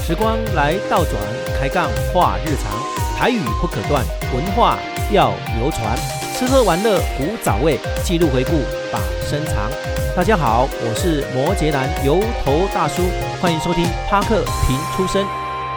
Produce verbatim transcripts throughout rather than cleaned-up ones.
时光来倒转，开杠话日常，台语不可断，文化要流传。吃喝玩乐古早味，记录回顾把深藏。大家好，我是摩羯男油头大叔，欢迎收听帕克评出身。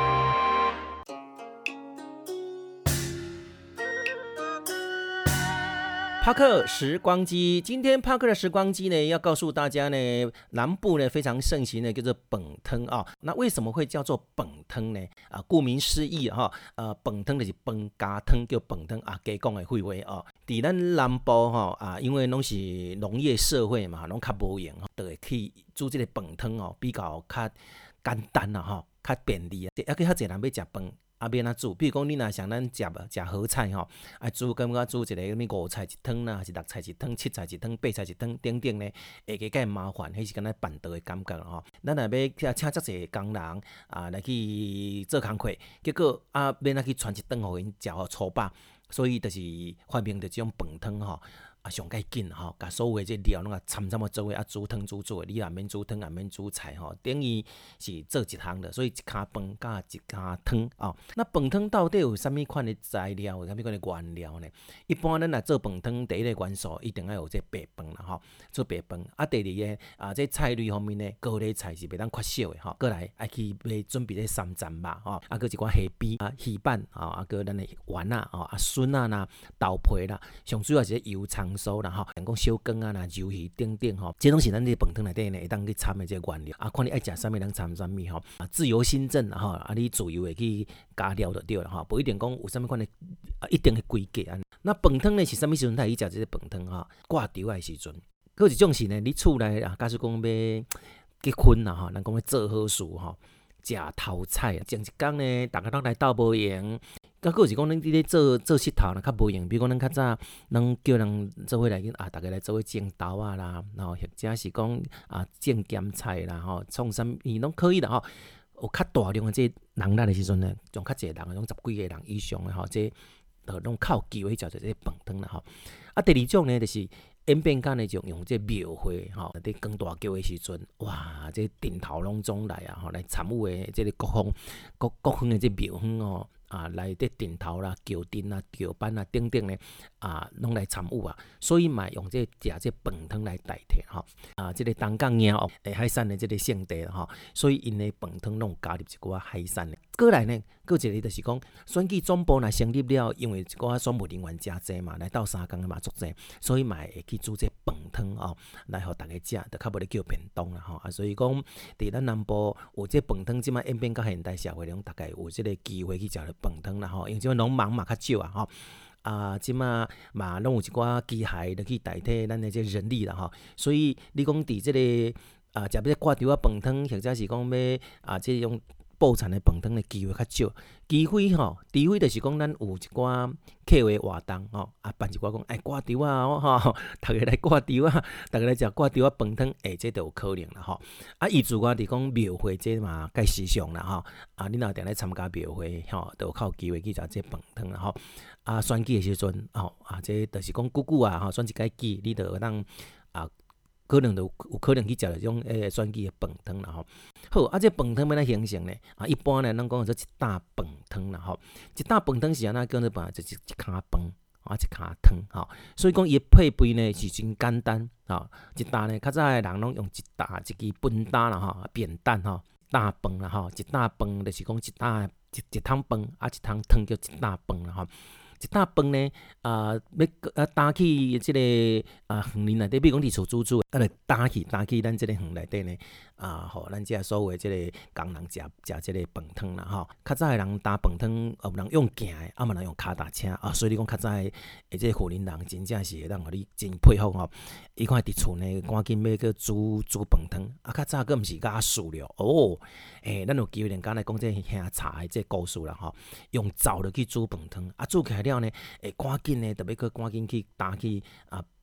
帕克时光机，今天帕克的时光机呢，要告诉大家呢，南部呢非常盛行的叫做饭汤啊。那为什么会叫做饭汤呢？啊，顾名思义哈，呃，饭汤就是饭加汤叫饭汤啊，加讲的废话哦。伫咱南部哈啊，因为拢是农业社会嘛，拢较无闲哈，就会去煮这个饭汤哦，比较较简单啦哈，较便利啊，还佫较侪人要食饭。啊，要安怎煮？比如讲，你若像咱食食好菜吼，啊煮感觉煮一个咩五菜一汤啦，是六菜一汤、七菜一汤、八菜一汤等等呢，会加介麻烦，迄是敢若办桌的感觉吼。咱若要请遮济工人啊来去做工课，结果啊免啊去传一顿互因食互粗饱，所以就是发明着即种饭汤吼。啊，上介紧吼，甲所有的这料拢啊掺掺啊做伙啊煮汤煮做，你也免煮汤也免煮菜吼，等于是做一项的，所以一骹饭加一骹汤哦。那饭汤到底有啥物款的材料，有啥物款的原料呢？一般咱来做饭汤，第一个元素一定要有这白饭啦吼，做白饭。啊，第二个啊，这菜类方面呢，高丽菜是袂当缺少的吼。过来爱去买准备这三层肉吼，啊，搁一寡虾皮啊、鱼板啊，啊，搁咱的丸啊、啊笋啊啦、豆皮啦，上主要是油葱。酥啦吼，像讲小羹啊、啦鱿鱼等等吼，这拢是咱这饭汤内底呢会当去掺的这原料啊。看你爱食啥物，咱掺啥物吼。啊，自由心证吼，啊，你自由的去加料就对了吼，不一定讲有啥物款的啊一定的规格啊。那饭汤呢是啥物时阵才去食这个饭汤吼？挂潮的时阵，还有一种是呢，你厝内啊，假使讲要结婚啦吼，咱讲要做好事吼，食头菜，前一工呢，大家拢来斗无闲。甲佫是讲，咱伫咧做做佚佗啦，较无用。比如讲，咱较早，咱叫人做伙来啊，大家来做伙种豆啊啦，然后或者是讲啊种咸菜啦，吼，创啥物拢可以啦，吼。有较大量的这人力的时阵呢，种较侪人，种十几个人以上的吼，这就拢靠机会食着这饭汤啦，吼。啊，第二种呢，就是演变间呢，就用这庙会吼，伫光大桥的时阵，哇，这顶头拢总来啊，吼，来参与的这个各方各各方的这庙方哦。啊，来伫顶头啦、桥墩啊、桥板啊等等咧，啊，拢来参与啊，所以嘛用这食这饭汤来代替吼。啊，这个东港营哦，诶，海产的这个圣地吼，所以因的饭汤拢加入一寡海产的。过来呢，过一个就是讲，选举总部若成立了，因为一寡选务人员真济嘛，来到三港的嘛足济，所以嘛会去煮这饭汤哦，来互大家食，就较无咧叫便当啦吼。啊，所以讲，伫咱南部有这饭汤，即马演变到现代社会中，大概有这个机会去食了饭汤啦吼，因为即马农忙嘛较少啊吼。啊，即马嘛拢有一寡机械来去代替咱的这人力啦吼，所以你讲伫即个啊，食要挂条啊饭汤，或者是讲要啊即种布产的饭汤的机会较少，机会吼，除非就是讲咱有一寡客户活动吼，啊办一寡讲哎挂条啊吼，大家来挂条啊，大家来食挂条啊饭汤，哎，这都有可能啦吼。啊，伊自外伫讲庙会这嘛介时尚啦吼，啊，你若定来参加庙会吼，都有靠机会去食这饭汤啦吼。啊，选举的时阵吼，啊，这就是讲久久啊吼，选一届举，你就有当啊。可能就有可能去食着种诶选举的饭汤啦吼。好，啊，这饭汤要哪形成呢？啊，一般呢，咱讲做一担饭汤啦吼。一担饭汤是安怎叫做饭？就是一骹饭啊，一骹汤吼。所以讲伊配备呢是真简单吼。一担呢，较早的人拢用一担一支分担啦吼，扁担吼，担饭啦吼。一担饭就是讲一担一一桶饭啊，一桶汤叫一担饭啦吼。一担饭呢，啊，要啊担去即个啊园林内底，比如讲伫厝煮煮，啊，来担去担去咱即个园内底呢，啊，互咱遮所有即个工人食食即个饭汤啦吼。较早诶人担饭汤，有人用行诶，啊，嘛人用骹踏车啊，所以你讲较早诶，即个园林人真正是会当互你真佩服吼。伊看伫厝内赶紧要去煮煮饭汤，啊，较早佫毋是雅士了哦。诶、欸，咱有机会连讲来讲这兄茶诶这故事啦吼，用灶落去煮饭汤，啊，煮起来了呢，会赶紧呢，特别去赶紧去担去啊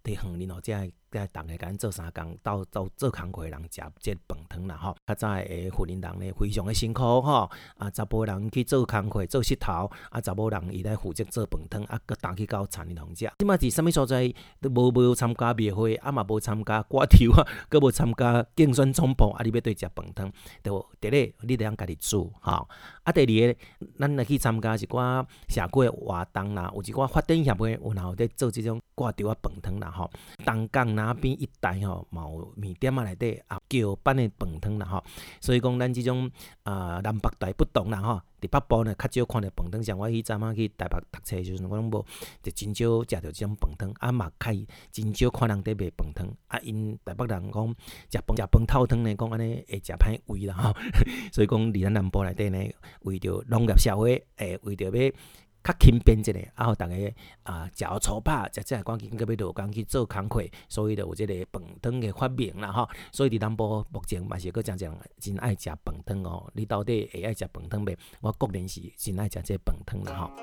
地方人吼，即个即逐个甲做三工，到到做工课人食即个饭汤啦吼。较早诶妇人人咧非常诶辛苦吼，啊查甫人去做工课做石头，啊查某人伊来负责做饭汤，啊佮担去到田里同食。即摆伫啥物所在都无无参加庙会，啊嘛无参加歌跳啊，佮无参加竞选总部，啊你要对食饭汤，就第一你得通家己煮吼。啊第二个，咱来去参加一寡社区诶活动啦，有一寡发展协会有然后咧做即种挂条啊饭汤啦吼。东港那边一带吼，嘛有面店啊内底啊叫办诶饭汤啦吼。所以讲咱即种啊、呃、南北大不同啦吼。伫北部呢较少看到饭汤，像我迄阵仔去台北读册的时阵，我拢无就真少食到即种饭汤，啊嘛较真少看人伫卖饭汤，啊因台北人讲食饭食饭透汤呢，讲安尼会食歹胃啦吼。所以讲伫咱南部内底呢，为着农业社会，诶为着要较轻便一个，啊，互逐个啊食好粗饱，食食赶紧搁要落工去做工课，所以就有即个饭汤的发明啦吼。所以伫南部目前嘛是搁真正真爱食饭汤哦。你到底会爱食饭汤袂？我个人是真爱食这饭汤啦吼。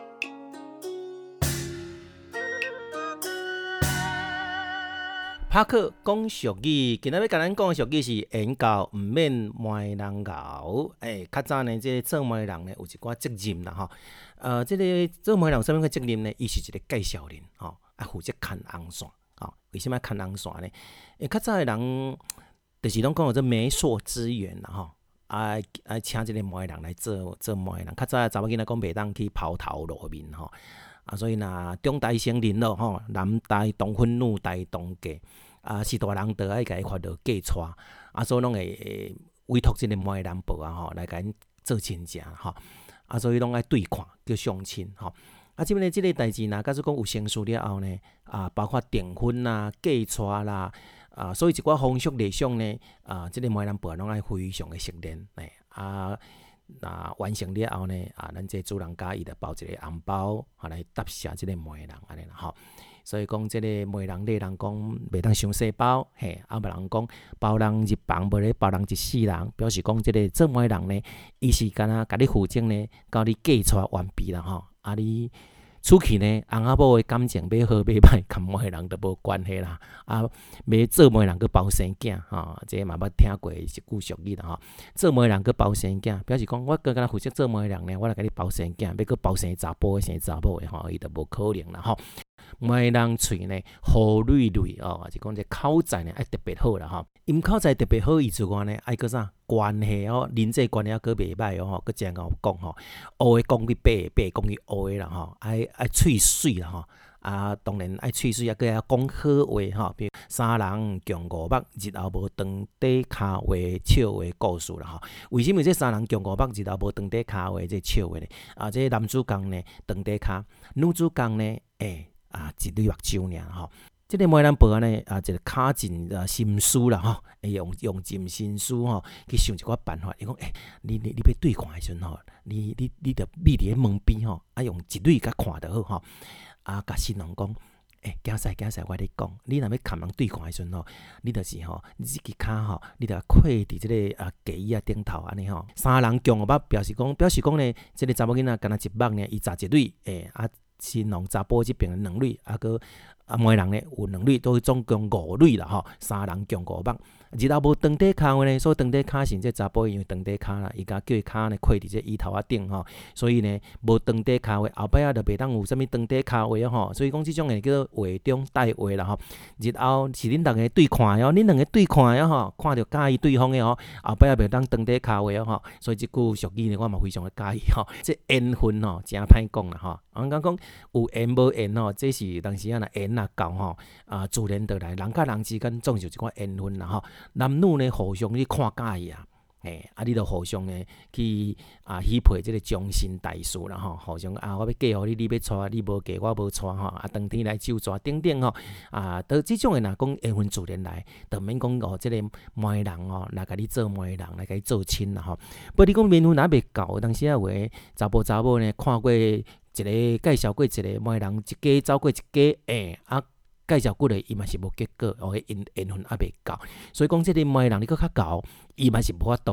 拍克讲俗语，今仔要甲咱讲的俗语是言教毋免卖人熬。诶、欸，较早呢，即、这个做媒人呢有一寡责任啦吼。呃，即、这个做媒人有啥物个责任呢？伊是一个介绍人吼，啊负责牵红线吼。为什么牵红线呢？因为较早的人就是拢讲有这媒妁之言啦吼。啊啊，请即个媒人来做做媒人。较早查某囡仔讲袂当去抛头露面吼。啊，所以若中大成人咯吼，男大当婚，女大当嫁，啊是大人就爱甲伊发到嫁娶，啊所以拢会委托即个媒人婆啊吼来甲因做亲情吼，啊所以拢爱对看叫相亲吼。啊，即边即个代志若假使讲有成事了后呢，啊包括订婚啦、嫁娶啦，啊所以一寡风俗礼尚呢，啊即、這个媒人婆拢爱非常的熟练，诶啊。那完成了后呢，啊，咱这主人家伊就包一个红包，啊来答谢即个媒人安尼啦吼。所以讲，即个媒人咧人讲袂当伤细包，嘿，啊别人讲包人一房，无咧包人一世人，表示讲即个做媒人呢，伊是干那甲你负责呢，到你嫁娶完毕啦吼，啊你。出去呢，翁仔某的感情要好要歹，甲媒人都无关系啦。啊，要做媒人去包生囝，吼、啊，这嘛捌听过一句俗语啦吼。做媒人去包生囝，表示讲我搁敢若负责做媒人呢，我来甲你包生囝，要去包生查甫的生查某的吼，伊就无可能啦吼。媒人喙呢好蕊蕊哦，就讲这口才呢爱特别好啦吼。因口才特别好以之外呢，爱搁啥关系哦，人际关系搁袂歹哦吼，搁真够讲吼，乌的讲去白，白讲去乌的啦吼，爱爱喙水啦吼。啊，当然爱喙水，也搁爱讲好话吼，比如三人共五目，日后无长底骹话笑话故事啦吼。为什么这三人共五目，日后无长底骹话这笑话呢？啊，这男主角呢长底骹，女主角呢诶。啊，一对目睭尔吼，即、這個媒人婆呢，啊，一個卡盡啊心思啦吼，會用用盡心思吼，去想一寡辦法。伊講，誒、欸，你你你要對看誒時陣吼，你你你著秘佇咧門邊吼，啊用一對甲看著好吼，啊甲新郎講，誒、欸，囝婿囝婿，我咧講，你若要牽人對看誒時陣吼，你著是吼，你隻骹吼，你著跪佇即個啊架椅啊頂頭安尼吼，三人共五目，表示講表示講呢，即、這個查某囡仔干若一目呢，伊砸一對，誒、欸、啊。新郎查甫即邊兩蕊，啊個啊媒人呢有兩蕊，都總共五蕊啦吼，三人共五目。日後無長底骹呢，所以長底骹是即查甫因為長底骹啦，伊甲叫伊骹呢跪佇即椅頭仔頂吼，所以呢無長底骹話，後擺啊就袂當有啥物長底骹話啊吼，所以講即種誒叫做話中帶話啦吼。日後是恁逐個對看誒哦，恁兩個對看誒吼，看着介意對方誒吼，後擺啊袂當長底骹話啊吼，所以即句俗語呢，我嘛非常誒介意吼。即緣分吼，真歹講啦吼。我講講有緣無緣吼，這是當時啊若緣啊夠吼，啊自然就來，人甲人之間總是一寡緣分啦吼。男女呢互相去看介意啊，誒，啊你著互相呢去啊許配即個終身大事啦吼，互相啊我要嫁互你，你要娶，你無嫁我無娶吼，啊當天來手紙等等吼，啊，都即種誒若講緣分自然來，就免講哦，即個媒人哦來甲你做媒人，來甲你做親啦吼。不過你講緣分若未夠，當時啊話查甫查某呢看過一個介紹過一個媒人，一家走過一家，誒啊。介紹過嚟，伊嘛是無結果，哦，緣緣分還未到，所以講即個媒人你閣較高，伊嘛是無法度啊。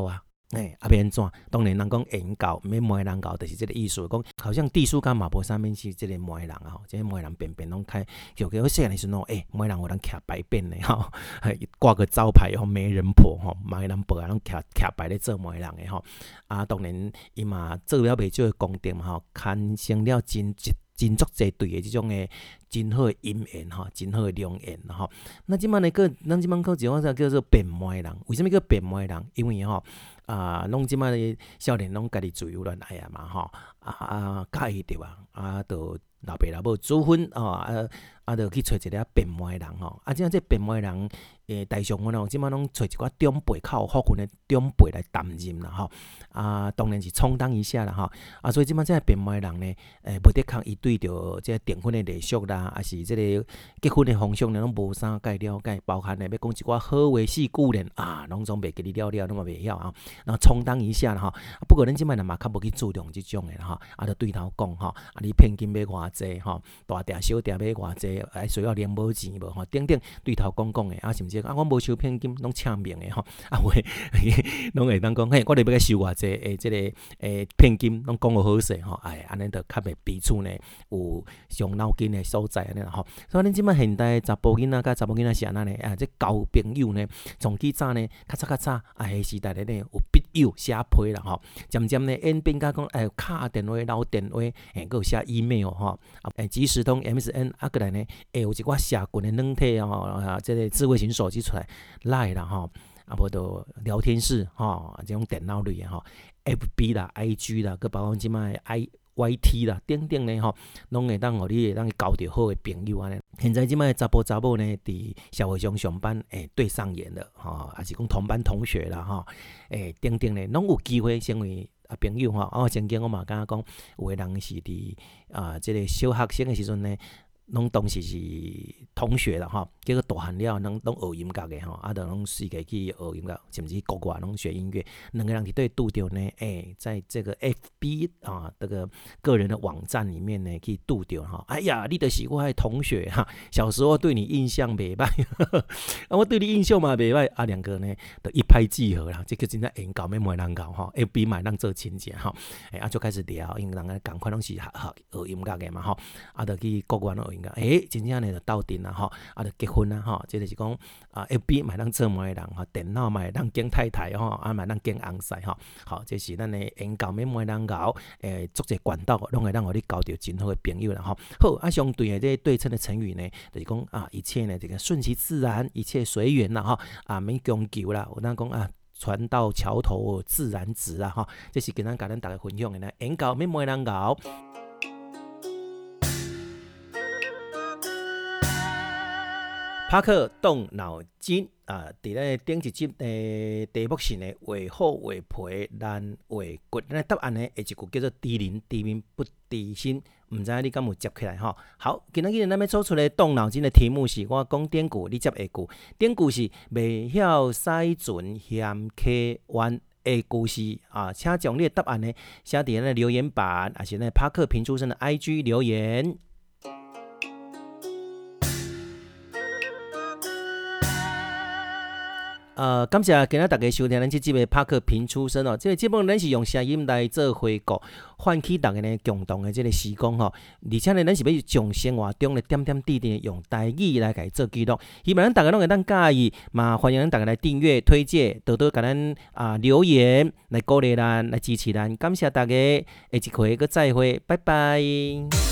哎，啊，变安怎？当然，人讲缘教，免魔人教，就是这个意思。讲好像地书干嘛无啥物是这个魔人啊，吼，这个魔人便便拢开，就叫我细汉的时阵，诶，魔人有人徛牌匾的吼，挂个招牌吼，媒人婆吼，媒人婆啊，拢徛徛牌咧做魔人的吼。啊，当然伊嘛做了袂少的功德嘛吼，产生了真真真足侪对的这种的真好的因缘吼，真好的良缘吼。那即摆呢个，咱即摆个一种叫做变魔人，为什么叫变魔人？因为吼。啊，拢即摆的少年拢家己自由恋爱啊嘛吼，啊啊介意着啊，啊，就老爸老母煮婚哦，啊啊，就去找一个变魔的人吼，啊，即样这变魔的人，诶，大上阮哦，即摆拢找一寡长辈较有福分的长辈来担任啦吼，啊，当然是充当一下啦吼，啊，所以即摆这变魔的人呢，诶，无得空伊对着这订婚的礼俗啦，还是这个结婚的方式呢，拢无啥介了解，包含呢要讲一寡好话四句呢，啊，拢总袂记哩了了，拢嘛袂晓啊。然后充当一下啦吼，不过咱即摆呢嘛较无去注重即种诶啦吼，啊，就对头讲吼，啊，你骗金要偌济吼，大店小店要偌济，哎，需要连无钱无吼，等等对头讲讲诶，啊，甚至啊，我无收骗金，拢请命诶吼，啊，会拢会当讲，嘿，我哋要收偌济诶，即个诶骗金，拢讲个好势吼，哎，安尼就较袂彼此呢有伤脑筋诶所在安尼啦吼，所以咱即摆现代查甫囡仔甲查某囡仔是安尼啊，即交朋友呢，从起早呢，较早较早啊，迄时代咧呢有。笔友写批啦吼，渐渐呢演变甲讲，哎，卡电话、留电话，诶，佮有写 email 吼，诶，即时通 M S N， 啊，过来呢，会有一寡社群的软体吼，啊，即个智慧型手机出来 ，Line 啦吼，啊，无就聊天室吼，即种电脑类的吼 ，F B 啦、I G 啦，佮包括即卖 I。Y T 啦，等等呢吼，拢会当互你会当去交着好诶朋友安尼。现在即摆查甫查某呢，伫社会上上班，诶，对上眼了吼，还是讲同班同学啦吼，诶，等等呢，拢有机会成为啊朋友吼。啊，曾经我嘛敢讲，有诶人是伫啊，即个小学生诶时阵呢。拢当时是同学啦吼，结果大汉了，拢拢学音乐的吼，啊，就拢世界去学音乐，甚至国外拢学音乐。两个人伫对拄着呢，诶，在这个 F B 啊，这个个人的网站里面呢，去拄着哈。哎呀，你就是我的同学哈，小时候对你印象袂歹，啊，我对你印象嘛袂歹，啊，两个呢，就一拍即合啦，这个真正缘搞免人搞哈 ，F B 买人做亲戚哈，诶，啊，就开始聊，因为人个共款拢是学学音乐的嘛吼，啊，就去国外学音。诶，真正呢就斗阵啦吼，啊，就结婚啦吼，即就是讲啊 ，F B 嘛当做媒人吼，电脑嘛当见太太吼，啊嘛当见翁婿吼，好，这是咱的缘交免媒人交，诶，足者管道，拢会当互你交到真好的朋友啦吼。好，啊，相对的这对称的成语呢，就是讲啊，一切呢这个顺其自然，一切随缘啦吼，啊，免强求啦，有当讲啊。船到桥头自然直啊！哈，这是跟咱甲咱大家分享的呢，缘交免媒人交。帕克动脑筋啊！伫咧顶一集诶题目是呢，画好画皮难画骨。咱答案呢，下一句叫做“知人知面不知心”，唔知你敢有接起来吼？好，今仔日咱要做出来动脑筋的题目是，我讲典故，你接下句。典故是未晓驶船嫌客弯的故事啊，请将你的答案呢写伫咱留言板，还是呢帕克评出生的 I G 留言。呃，感谢今日大家收听咱这集的帕克评出身哦。这个节目咱是用声音来做回顾，唤起大家呢共同的这个时光吼。而且呢，咱是要从生活中的点点滴滴用台语来给做记录。希望咱大家拢会当介意，嘛欢迎咱大家来订阅、推荐，多多给咱啊留言来鼓励咱、来支持咱。感谢大家，下一回个再会，拜拜。